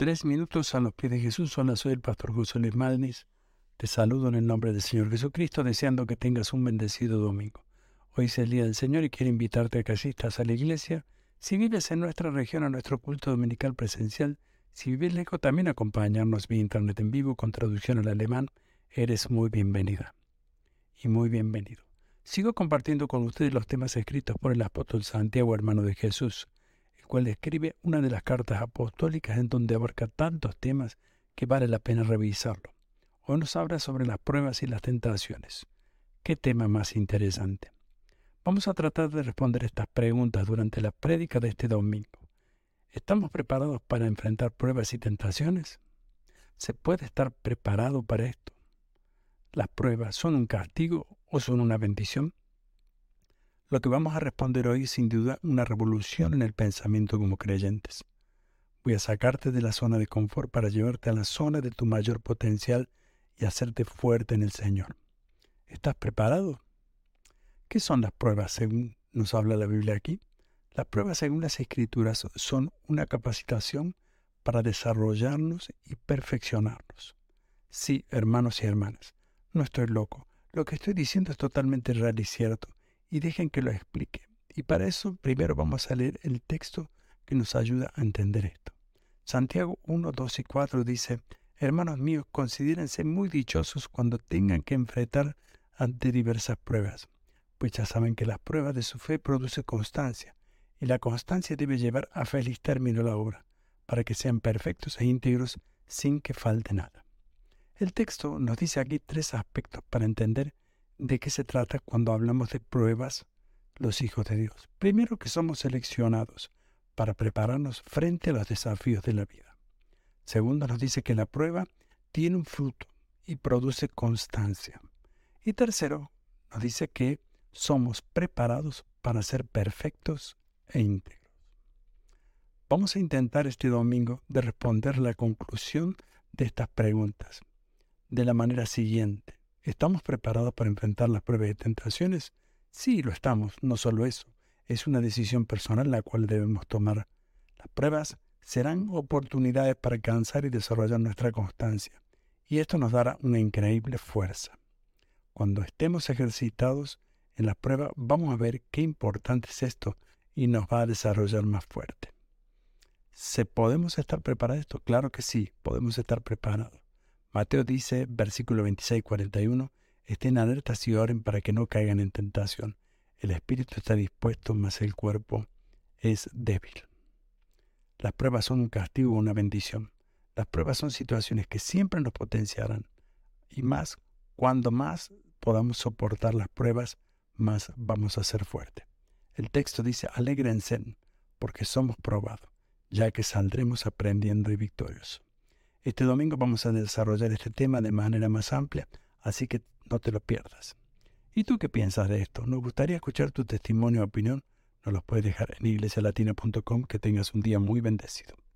3 minutos a los pies de Jesús. Hola, soy el pastor José Luis Malnis. Te saludo en el nombre del Señor Jesucristo, deseando que tengas un bendecido domingo. Hoy es el Día del Señor y quiero invitarte a que asistas a la iglesia. Si vives en nuestra región, a nuestro culto dominical presencial. Si vives lejos, también acompañarnos vía internet en vivo con traducción al alemán. Eres muy bienvenida y muy bienvenido. Sigo compartiendo con ustedes los temas escritos por el apóstol Santiago, hermano de Jesús, el cual escribe una de las cartas apostólicas en donde abarca tantos temas que vale la pena revisarlo. Hoy nos habla sobre las pruebas y las tentaciones. ¿Qué tema más interesante? Vamos a tratar de responder estas preguntas durante la prédica de este domingo. ¿Estamos preparados para enfrentar pruebas y tentaciones? ¿Se puede estar preparado para esto? ¿Las pruebas son un castigo o son una bendición? Lo que vamos a responder hoy es sin duda una revolución en el pensamiento como creyentes. Voy a sacarte de la zona de confort para llevarte a la zona de tu mayor potencial y hacerte fuerte en el Señor. ¿Estás preparado? ¿Qué son las pruebas según nos habla la Biblia aquí? Las pruebas según las Escrituras son una capacitación para desarrollarnos y perfeccionarnos. Sí, hermanos y hermanas, no estoy loco. Lo que estoy diciendo es totalmente real y cierto. Y dejen que lo explique. Y para eso primero vamos a leer el texto que nos ayuda a entender esto. Santiago 1, 2 y 4 dice: Hermanos míos, considérense muy dichosos cuando tengan que enfrentar ante diversas pruebas, pues ya saben que las pruebas de su fe producen constancia, y la constancia debe llevar a feliz término la obra, para que sean perfectos e íntegros sin que falte nada. El texto nos dice aquí 3 aspectos para entender de qué se trata cuando hablamos de pruebas los hijos de Dios. Primero, que somos seleccionados para prepararnos frente a los desafíos de la vida. Segundo, nos dice que la prueba tiene un fruto y produce constancia. Y tercero, nos dice que somos preparados para ser perfectos e íntegros. Vamos a intentar este domingo de responder la conclusión de estas preguntas de la manera siguiente. ¿Estamos preparados para enfrentar las pruebas y tentaciones? Sí, lo estamos. No solo eso, es una decisión personal la cual debemos tomar. Las pruebas serán oportunidades para alcanzar y desarrollar nuestra constancia, y esto nos dará una increíble fuerza. Cuando estemos ejercitados en las pruebas, vamos a ver qué importante es esto y nos va a desarrollar más fuerte. ¿Podemos estar preparados esto? Claro que sí, podemos estar preparados. Mateo dice, versículo 26-41, estén alertas y oren para que no caigan en tentación. El espíritu está dispuesto, mas el cuerpo es débil. Las pruebas son un castigo o una bendición. Las pruebas son situaciones que siempre nos potenciarán. Y más, cuando más podamos soportar las pruebas, más vamos a ser fuertes. El texto dice, alégrense, porque somos probados, ya que saldremos aprendiendo y victoriosos. Este domingo vamos a desarrollar este tema de manera más amplia, así que no te lo pierdas. ¿Y tú qué piensas de esto? Nos gustaría escuchar tu testimonio o opinión. Nos los puedes dejar en iglesialatina.com. Que tengas un día muy bendecido.